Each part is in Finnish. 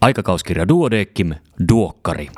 Aikakauskirja Duodeckim, Duokkari.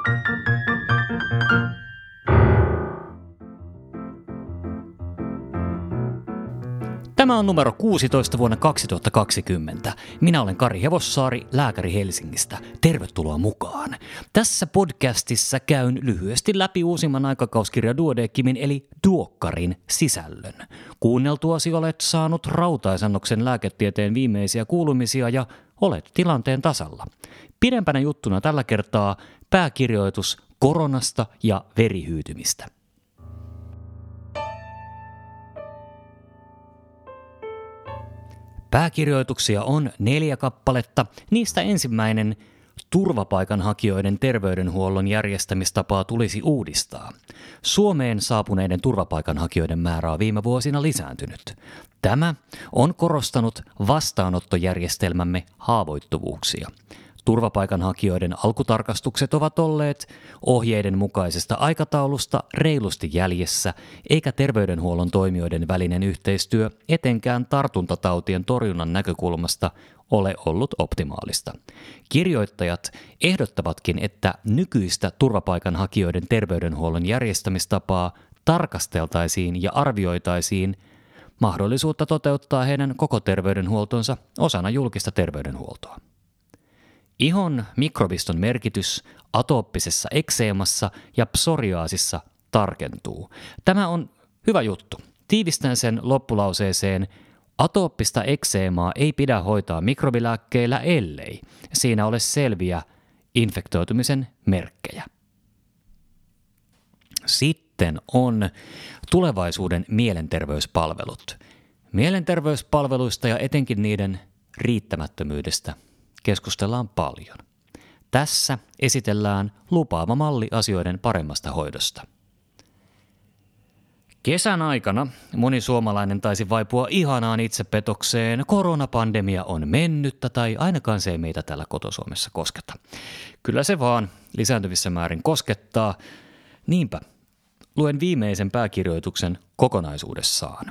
Tämä on numero 16 vuonna 2020. Minä olen Kari Hevossaari, lääkäri Helsingistä. Tervetuloa mukaan. Tässä podcastissa käyn lyhyesti läpi uusimman aikakauskirja Duodeckimin eli Duokkarin sisällön. Kuunneltuasi olet saanut rautaisannoksen lääketieteen viimeisiä kuulumisia ja olet tilanteen tasalla. Pidempänä juttuna tällä kertaa pääkirjoitus koronasta ja verihyytymistä. Pääkirjoituksia on 4 kappaletta, niistä ensimmäinen turvapaikanhakijoiden terveydenhuollon järjestämistapaa tulisi uudistaa. Suomeen saapuneiden turvapaikanhakijoiden määrä on viime vuosina lisääntynyt. Tämä on korostanut vastaanottojärjestelmämme haavoittuvuuksia. Turvapaikanhakijoiden alkutarkastukset ovat olleet ohjeiden mukaisesta aikataulusta reilusti jäljessä, eikä terveydenhuollon toimijoiden välinen yhteistyö etenkään tartuntatautien torjunnan näkökulmasta ole ollut optimaalista. Kirjoittajat ehdottavatkin, että nykyistä turvapaikanhakijoiden terveydenhuollon järjestämistapaa tarkasteltaisiin ja arvioitaisiin mahdollisuutta toteuttaa heidän koko terveydenhuoltonsa osana julkista terveydenhuoltoa. Ihon mikrobiston merkitys atooppisessa ekseemassa ja psoriaasissa tarkentuu. Tämä on hyvä juttu. Tiivistän sen loppulauseeseen: atooppista ekseemaa ei pidä hoitaa mikrobilääkkeillä, ellei siinä ole selviä infektoitumisen merkkejä. Sitten on tulevaisuuden mielenterveyspalvelut. Mielenterveyspalveluista ja etenkin niiden riittämättömyydestä keskustellaan paljon. Tässä esitellään lupaava malli asioiden paremmasta hoidosta. Kesän aikana moni suomalainen taisi vaipua ihanaan itsepetokseen. Koronapandemia on mennyttä, tai ainakaan se ei meitä täällä koto-Suomessa kosketa. Kyllä se vaan lisääntyvissä määrin koskettaa. Niinpä luen viimeisen pääkirjoituksen kokonaisuudessaan.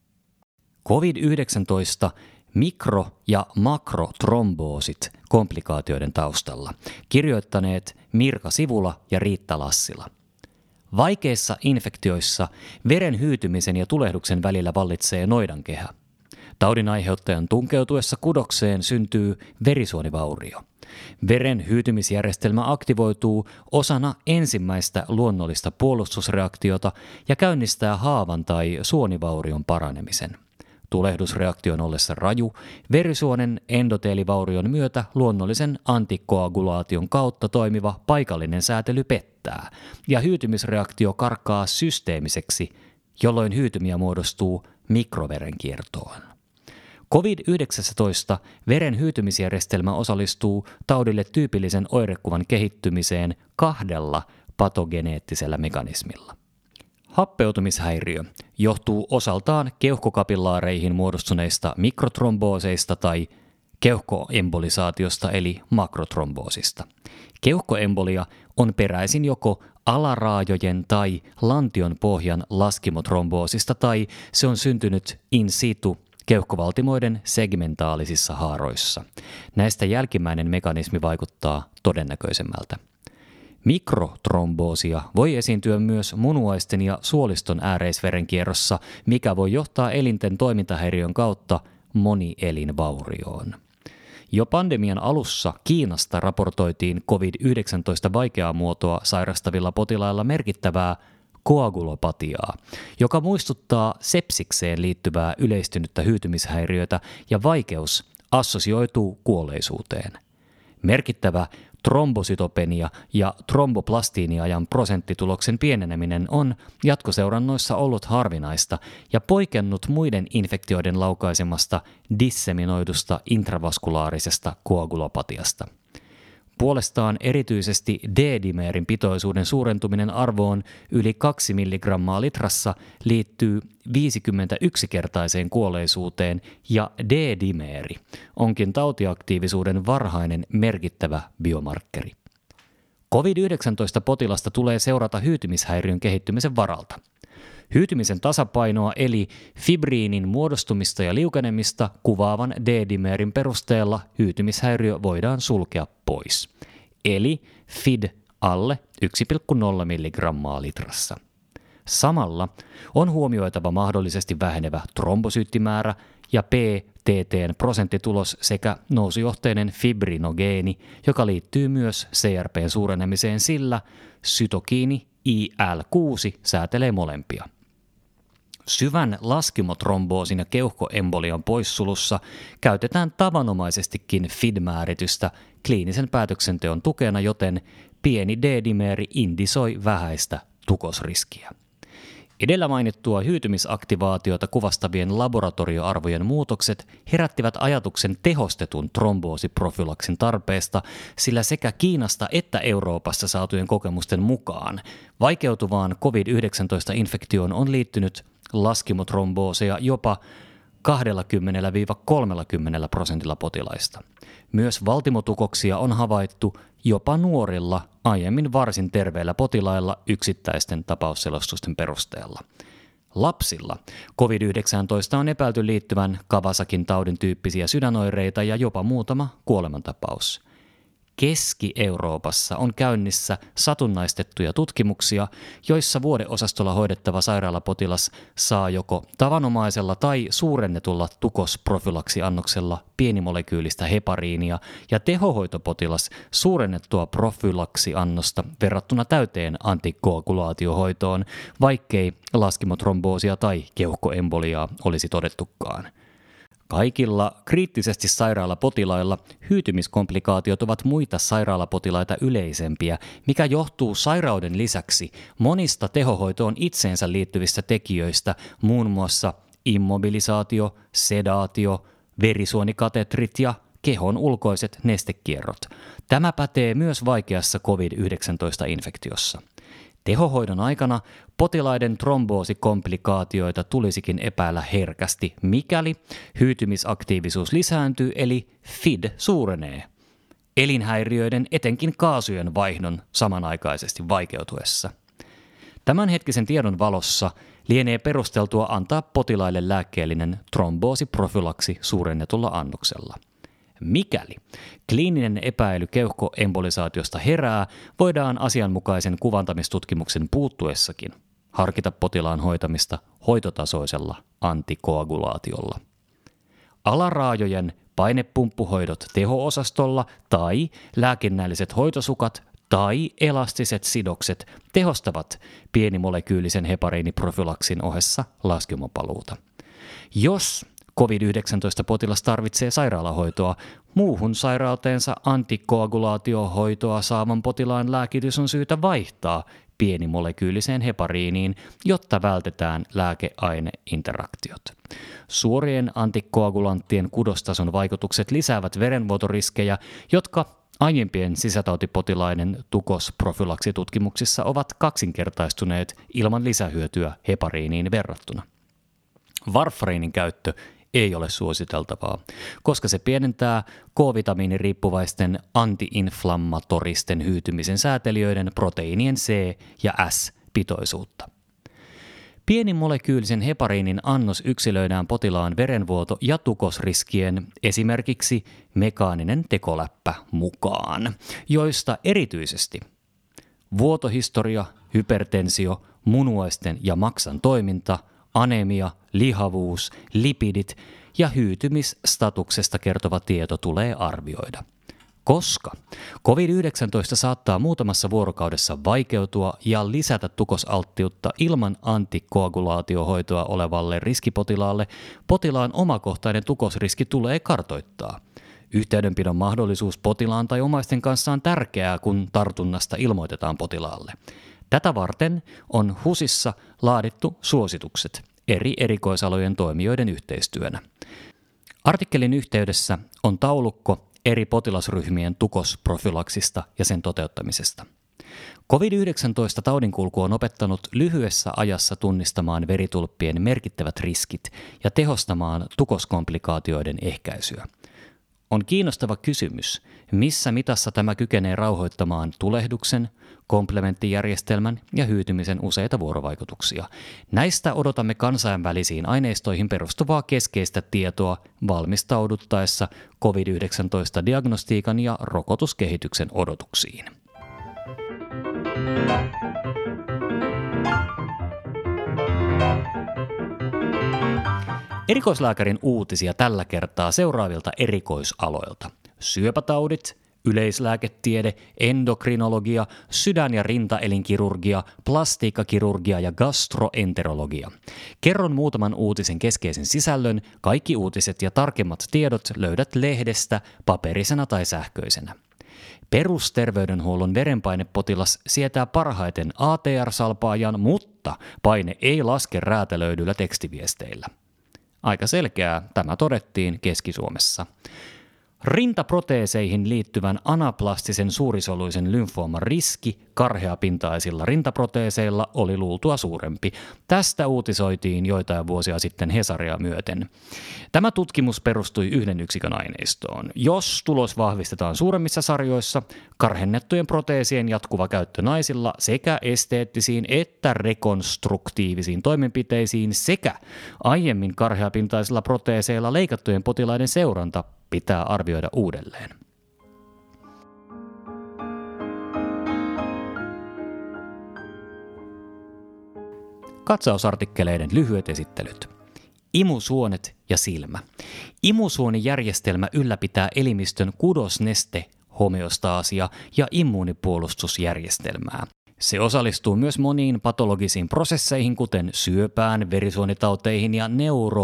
COVID-19 mikro- ja makrotromboosit komplikaatioiden taustalla. Kirjoittaneet Mirka Sivula ja Riitta Lassila. Vaikeissa infektioissa veren hyytymisen ja tulehduksen välillä vallitsee noidankehä. Taudin aiheuttajan tunkeutuessa kudokseen syntyy verisuonivaurio. Veren hyytymisjärjestelmä aktivoituu osana ensimmäistä luonnollista puolustusreaktiota ja käynnistää haavan tai suonivaurion paranemisen. Tulehdusreaktion ollessa raju, verisuonen endoteelivaurion myötä luonnollisen antikoagulaation kautta toimiva paikallinen säätely pettää, ja hyytymisreaktio karkaa systeemiseksi, jolloin hyytymiä muodostuu mikroverenkiertoon. COVID-19 veren hyytymisjärjestelmä osallistuu taudille tyypillisen oirekuvan kehittymiseen 2 patogeneettisellä mekanismilla. Happeutumishäiriö johtuu osaltaan keuhkokapillaareihin muodostuneista mikrotrombooseista tai keuhkoembolisaatiosta eli makrotromboosista. Keuhkoembolia on peräisin joko alaraajojen tai lantion pohjan laskimotromboosista tai se on syntynyt in situ keuhkovaltimoiden segmentaalisissa haaroissa. Näistä jälkimmäinen mekanismi vaikuttaa todennäköisemmältä. Mikrotromboosia voi esiintyä myös munuaisten ja suoliston ääreisverenkierrossa, mikä voi johtaa elinten toimintahäiriön kautta monielinvaurioon. Jo pandemian alussa Kiinasta raportoitiin COVID-19 vaikeaa muotoa sairastavilla potilailla merkittävää koagulopatiaa, joka muistuttaa sepsikseen liittyvää yleistynyttä hyytymishäiriötä, ja vaikeus assosioituu kuolleisuuteen. Merkittävä trombosytopenia ja tromboplastiiniajan prosenttituloksen pieneneminen on jatkoseurannoissa ollut harvinaista ja poikennut muiden infektioiden laukaisemasta disseminoidusta intravaskulaarisesta koagulopatiasta. Puolestaan erityisesti D-dimeerin pitoisuuden suurentuminen arvoon yli 2 milligrammaa litrassa liittyy 51-kertaiseen kuolleisuuteen, ja D-dimeeri onkin tautiaktiivisuuden varhainen merkittävä biomarkkeri. COVID-19-potilasta tulee seurata hyytymishäiriön kehittymisen varalta. Hyytymisen tasapainoa eli fibriinin muodostumista ja liukenemista kuvaavan D-dimerin perusteella hyytymishäiriö voidaan sulkea pois. Eli FID alle 1,0 milligrammaa litrassa. Samalla on huomioitava mahdollisesti vähenevä trombosyyttimäärä ja PTT:n prosenttitulos sekä nousujohteinen fibrinogeeni, joka liittyy myös CRP:n suurenemiseen, sillä sytokiini IL-6 säätelee molempia. Syvän laskimotromboosin ja keuhkoembolian poissulussa käytetään tavanomaisestikin FID-määritystä kliinisen päätöksenteon tukena, joten pieni D-dimeri indisoi vähäistä tukosriskiä. Edellä mainittua hyytymisaktivaatiota kuvastavien laboratorioarvojen muutokset herättivät ajatuksen tehostetun tromboosiprofylaksin tarpeesta, sillä sekä Kiinasta että Euroopassa saatujen kokemusten mukaan vaikeutuvaan COVID-19-infektioon on liittynyt laskimotrombooseja jopa 20–30% potilaista. Myös valtimotukoksia on havaittu jopa nuorilla, aiemmin varsin terveillä potilailla yksittäisten tapausselostusten perusteella. Lapsilla COVID-19 on epäilty liittyvän Kawasakin taudin tyyppisiä sydänoireita ja jopa muutama kuolemantapaus. Keski-Euroopassa on käynnissä satunnaistettuja tutkimuksia, joissa vuodeosastolla hoidettava sairaalapotilas saa joko tavanomaisella tai suurennetulla tukosprofylaksiannoksella pienimolekyylistä hepariinia ja tehohoitopotilas suurennettua profylaksiannosta verrattuna täyteen antikoagulaatiohoitoon, vaikkei laskimotromboosia tai keuhkoemboliaa olisi todettukaan. Kaikilla kriittisesti sairaalapotilailla hyytymiskomplikaatiot ovat muita sairaalapotilaita yleisempiä, mikä johtuu sairauden lisäksi monista tehohoitoon itseensä liittyvistä tekijöistä, muun muassa immobilisaatio, sedaatio, verisuonikatetrit ja kehon ulkoiset nestekierrot. Tämä pätee myös vaikeassa COVID-19-infektiossa. Tehohoidon aikana potilaiden tromboosikomplikaatioita tulisikin epäillä herkästi, mikäli hyytymisaktiivisuus lisääntyy eli FID suurenee. Elinhäiriöiden, etenkin kaasujen vaihdon samanaikaisesti vaikeutuessa. Tämänhetkisen tiedon valossa lienee perusteltua antaa potilaille lääkkeellinen tromboosiprofylaksi suurennetulla annoksella. Mikäli kliininen epäily keuhkoembolisaatiosta herää, voidaan asianmukaisen kuvantamistutkimuksen puuttuessakin harkita potilaan hoitamista hoitotasoisella antikoagulaatiolla. Alaraajojen painepumppuhoidot teho-osastolla tai lääkinnälliset hoitosukat tai elastiset sidokset tehostavat pienimolekyylisen hepariiniprofylaksin ohessa laskimopaluuta. Jos COVID-19-potilas tarvitsee sairaalahoitoa, muuhun sairauteensa antikoagulaatiohoitoa saavan potilaan lääkitys on syytä vaihtaa pienimolekyyliseen hepariiniin, jotta vältetään lääkeaineinteraktiot. Suorien antikoagulanttien kudostason vaikutukset lisäävät verenvuotoriskejä, jotka aiempien sisätautipotilaiden tukosprofylaksitutkimuksissa ovat kaksinkertaistuneet ilman lisähyötyä hepariiniin verrattuna. Varfariinin käyttö ei ole suositeltavaa, koska se pienentää K-vitamiiniriippuvaisten antiinflammatoristen hyytymisen säätelijöiden proteiinien C- ja S-pitoisuutta. Pienimolekyylisen hepariinin annos yksilöidään potilaan verenvuoto- ja tukosriskien, esimerkiksi mekaaninen tekoläppä, mukaan, joista erityisesti vuotohistoria, hypertensio, munuaisten ja maksan toiminta, anemia, lihavuus, lipidit ja hyytymisstatuksesta kertova tieto tulee arvioida. Koska COVID-19 saattaa muutamassa vuorokaudessa vaikeutua ja lisätä tukosalttiutta ilman antikoagulaatiohoitoa olevalle riskipotilaalle, potilaan omakohtainen tukosriski tulee kartoittaa. Yhteydenpidon mahdollisuus potilaan tai omaisten kanssa on tärkeää, kun tartunnasta ilmoitetaan potilaalle. Tätä varten on HUSissa laadittu suositukset eri erikoisalojen toimijoiden yhteistyönä. Artikkelin yhteydessä on taulukko eri potilasryhmien tukosprofylaksista ja sen toteuttamisesta. COVID-19 taudinkulku on opettanut lyhyessä ajassa tunnistamaan veritulppien merkittävät riskit ja tehostamaan tukoskomplikaatioiden ehkäisyä. On kiinnostava kysymys, missä mitassa tämä kykenee rauhoittamaan tulehduksen, komplementtijärjestelmän ja hyytymisen useita vuorovaikutuksia. Näistä odotamme kansainvälisiin aineistoihin perustuvaa keskeistä tietoa valmistauduttaessa COVID-19-diagnostiikan ja rokotuskehityksen odotuksiin. Erikoislääkärin uutisia tällä kertaa seuraavilta erikoisaloilta. Syöpätaudit, yleislääketiede, endokrinologia, sydän- ja rintaelinkirurgia, plastiikkakirurgia ja gastroenterologia. Kerron muutaman uutisen keskeisen sisällön, kaikki uutiset ja tarkemmat tiedot löydät lehdestä paperisena tai sähköisenä. Perusterveydenhuollon verenpainepotilas sietää parhaiten ATR-salpaajan, mutta paine ei laske räätälöidyillä tekstiviesteillä. Aika selkeää tämä todettiin Keski-Suomessa. Rintaproteeseihin liittyvän anaplastisen suurisoluisen lymfooman riski karheapintaisilla rintaproteeseilla oli luultua suurempi. Tästä uutisoitiin joitain vuosia sitten Hesaria myöten. Tämä tutkimus perustui yhden yksikön aineistoon. Jos tulos vahvistetaan suuremmissa sarjoissa, karhennettujen proteesien jatkuva käyttö naisilla sekä esteettisiin että rekonstruktiivisiin toimenpiteisiin sekä aiemmin karheapintaisilla proteeseilla leikattujen potilaiden seuranta pitää arvioida uudelleen. Katsausartikkeleiden lyhyet esittelyt. Imusuonet ja silmä. Imusuonijärjestelmä ylläpitää elimistön kudosneste, homeostaasia ja immuunipuolustusjärjestelmää. Se osallistuu myös moniin patologisiin prosesseihin, kuten syöpään, verisuonitauteihin ja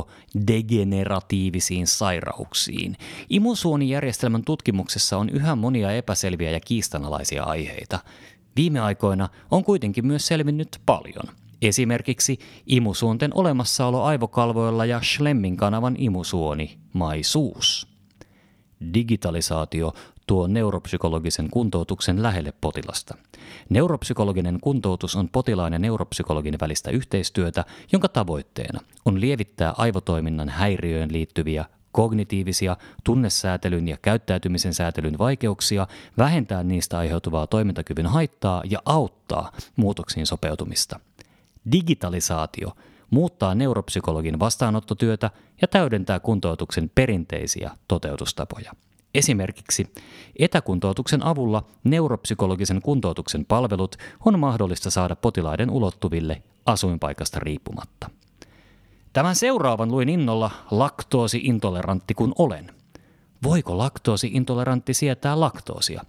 neurodegeneratiivisiin sairauksiin. Imusuonijärjestelmän tutkimuksessa on yhä monia epäselviä ja kiistanalaisia aiheita. Viime aikoina on kuitenkin myös selvinnyt paljon. Esimerkiksi imusuonten olemassaolo aivokalvoilla ja Schlemmin kanavan imusuoni, maisuus. Digitalisaatio tuo neuropsykologisen kuntoutuksen lähelle potilasta. Neuropsykologinen kuntoutus on potilaan ja neuropsykologin välistä yhteistyötä, jonka tavoitteena on lievittää aivotoiminnan häiriöön liittyviä kognitiivisia, tunnesäätelyn ja käyttäytymisen säätelyn vaikeuksia, vähentää niistä aiheutuvaa toimintakyvyn haittaa ja auttaa muutoksiin sopeutumista. Digitalisaatio muuttaa neuropsykologin vastaanottotyötä ja täydentää kuntoutuksen perinteisiä toteutustapoja. Esimerkiksi etäkuntoutuksen avulla neuropsykologisen kuntoutuksen palvelut on mahdollista saada potilaiden ulottuville asuinpaikasta riippumatta. Tämän seuraavan luin innolla laktoosi-intolerantti kun olen. Voiko laktoosi-intolerantti sietää laktoosia?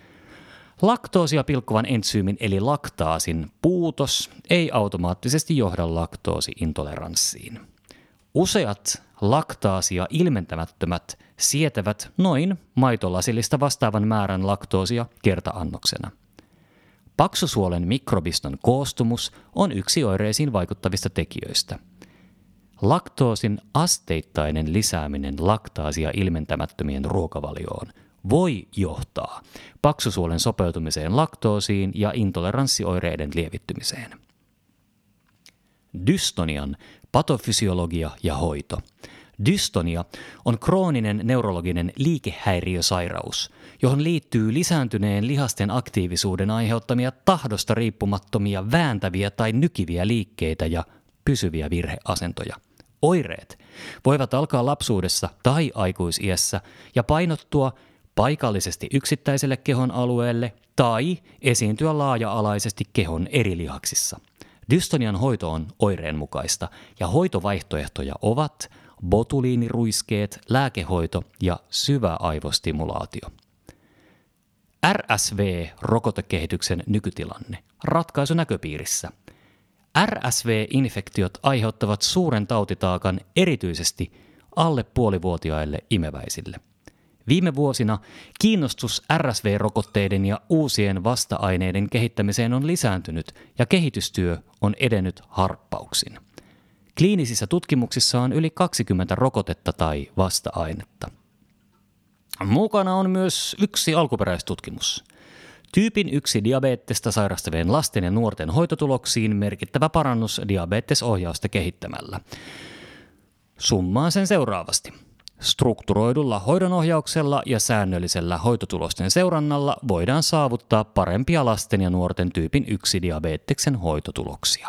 Laktoosia pilkkovan entsyymin eli laktaasin puutos ei automaattisesti johda laktoosi-intoleranssiin. Useat laktaasia ilmentämättömät sietävät noin maitolasillista vastaavan määrän laktoosia kerta-annoksena. Paksusuolen mikrobiston koostumus on yksi oireisiin vaikuttavista tekijöistä. Laktoosin asteittainen lisääminen laktaasia ilmentämättömien ruokavalioon voi johtaa paksusuolen sopeutumiseen laktoosiin ja intoleranssioireiden lievittymiseen. Dystonian patofysiologia ja hoito. Dystonia on krooninen neurologinen liikehäiriösairaus, johon liittyy lisääntyneen lihasten aktiivisuuden aiheuttamia tahdosta riippumattomia vääntäviä tai nykiviä liikkeitä ja pysyviä virheasentoja. Oireet voivat alkaa lapsuudessa tai aikuisiässä ja painottua paikallisesti yksittäiselle kehon alueelle tai esiintyä laaja-alaisesti kehon eri lihaksissa. Dystonian hoito on oireenmukaista ja hoitovaihtoehtoja ovat botuliiniruiskeet, lääkehoito ja syvä aivostimulaatio. RSV-rokotekehityksen nykytilanne. Ratkaisu näköpiirissä. RSV-infektiot aiheuttavat suuren tautitaakan erityisesti alle puolivuotiaille imeväisille. Viime vuosina kiinnostus RSV-rokotteiden ja uusien vasta-aineiden kehittämiseen on lisääntynyt ja kehitystyö on edennyt harppauksin. Kliinisissä tutkimuksissa on yli 20 rokotetta tai vasta-ainetta. Mukana on myös yksi alkuperäistutkimus. Tyypin 1 diabeettista sairastavien lasten ja nuorten hoitotuloksiin merkittävä parannus diabetesohjausta kehittämällä. Summaan sen seuraavasti. Strukturoidulla hoidonohjauksella ja säännöllisellä hoitotulosten seurannalla voidaan saavuttaa parempia lasten ja nuorten tyypin 1 diabeteksen hoitotuloksia.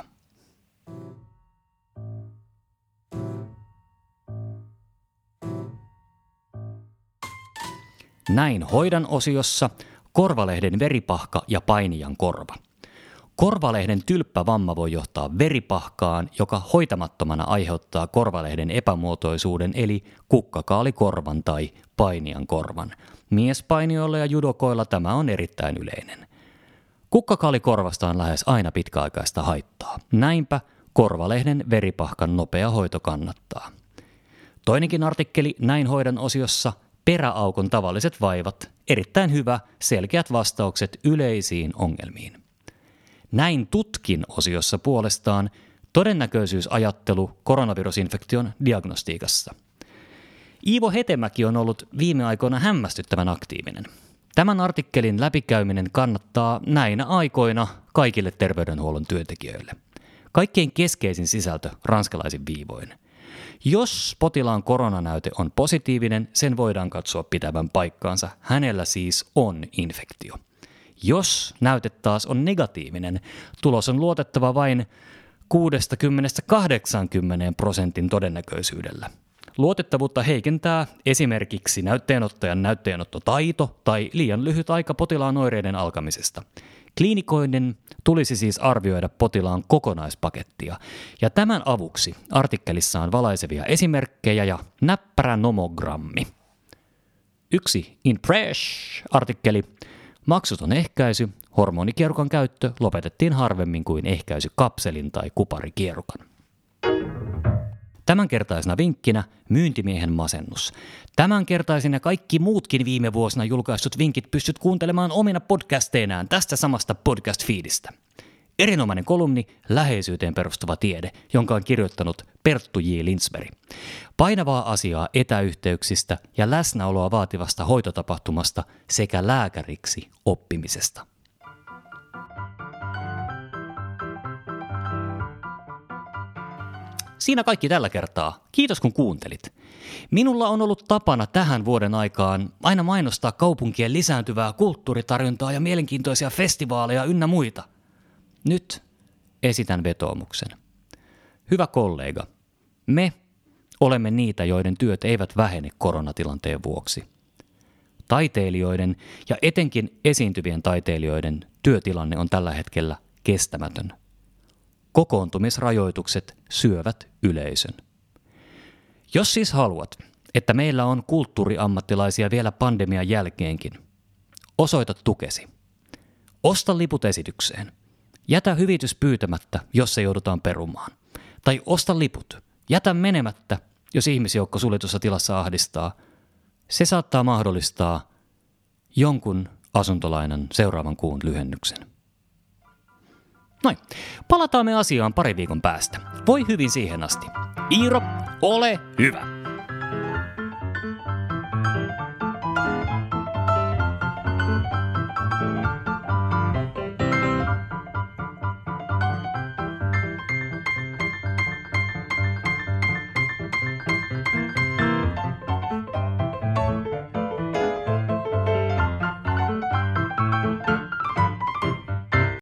Näin hoidan osiossa Korvalehden veripahka ja painijan korva. Korvalehden tylppävamma voi johtaa veripahkaan, joka hoitamattomana aiheuttaa korvalehden epämuotoisuuden eli kukkakaalikorvan tai painijan korvan. Miespainijoilla ja judokoilla tämä on erittäin yleinen. Kukkakaalikorvasta on lähes aina pitkäaikaista haittaa. Näinpä Korvalehden veripahkan nopea hoito kannattaa. Toinenkin artikkeli Näin hoidan osiossa peräaukon tavalliset vaivat, erittäin hyvä, selkeät vastaukset yleisiin ongelmiin. Näin tutkin osiossa puolestaan todennäköisyysajattelu koronavirusinfektion diagnostiikassa. Iivo Hetemäki on ollut viime aikoina hämmästyttävän aktiivinen. Tämän artikkelin läpikäyminen kannattaa näinä aikoina kaikille terveydenhuollon työntekijöille. Kaikkein keskeisin sisältö ranskalaisin viivoin. Jos potilaan koronanäyte on positiivinen, sen voidaan katsoa pitävän paikkaansa. Hänellä siis on infektio. Jos näyte taas on negatiivinen, tulos on luotettava vain 60–80% todennäköisyydellä. Luotettavuutta heikentää esimerkiksi näytteenottajan näytteenottotaito tai liian lyhyt aika potilaan oireiden alkamisesta. Kliinikoiden tulisi siis arvioida potilaan kokonaispakettia, ja tämän avuksi artikkelissa on valaisevia esimerkkejä ja näppärä nomogrammi. 1 in Fresh-artikkeli. Maksuton ehkäisy, hormonikierukan käyttö lopetettiin harvemmin kuin ehkäisykapselin tai kuparikierukan. Tämänkertaisena vinkkinä myyntimiehen masennus. Tämänkertaisin ja kaikki muutkin viime vuosina julkaistut vinkit pystyt kuuntelemaan omina podcasteinaan tästä samasta podcast-feedistä. Erinomainen kolumni Läheisyyteen perustuva tiede, jonka on kirjoittanut Perttu J. Lindsberg. Painavaa asiaa etäyhteyksistä ja läsnäoloa vaativasta hoitotapahtumasta sekä lääkäriksi oppimisesta. Siinä kaikki tällä kertaa. Kiitos kun kuuntelit. Minulla on ollut tapana tähän vuoden aikaan aina mainostaa kaupunkien lisääntyvää kulttuuritarjontaa ja mielenkiintoisia festivaaleja ynnä muita. Nyt esitän vetoomuksen. Hyvä kollega, me olemme niitä, joiden työt eivät vähene koronatilanteen vuoksi. Taiteilijoiden ja etenkin esiintyvien taiteilijoiden työtilanne on tällä hetkellä kestämätön. Kokoontumisrajoitukset syövät yleisön. Jos siis haluat, että meillä on kulttuuriammattilaisia vielä pandemian jälkeenkin, osoita tukesi. Osta liput esitykseen. Jätä hyvitys pyytämättä, jos se joudutaan perumaan. Tai osta liput. Jätä menemättä, jos ihmisjoukko suljetussa tilassa ahdistaa. Se saattaa mahdollistaa jonkun asuntolainan seuraavan kuun lyhennyksen. Noin, palataan me asiaan pari viikon päästä. Voi hyvin siihen asti. Iiro, ole hyvä!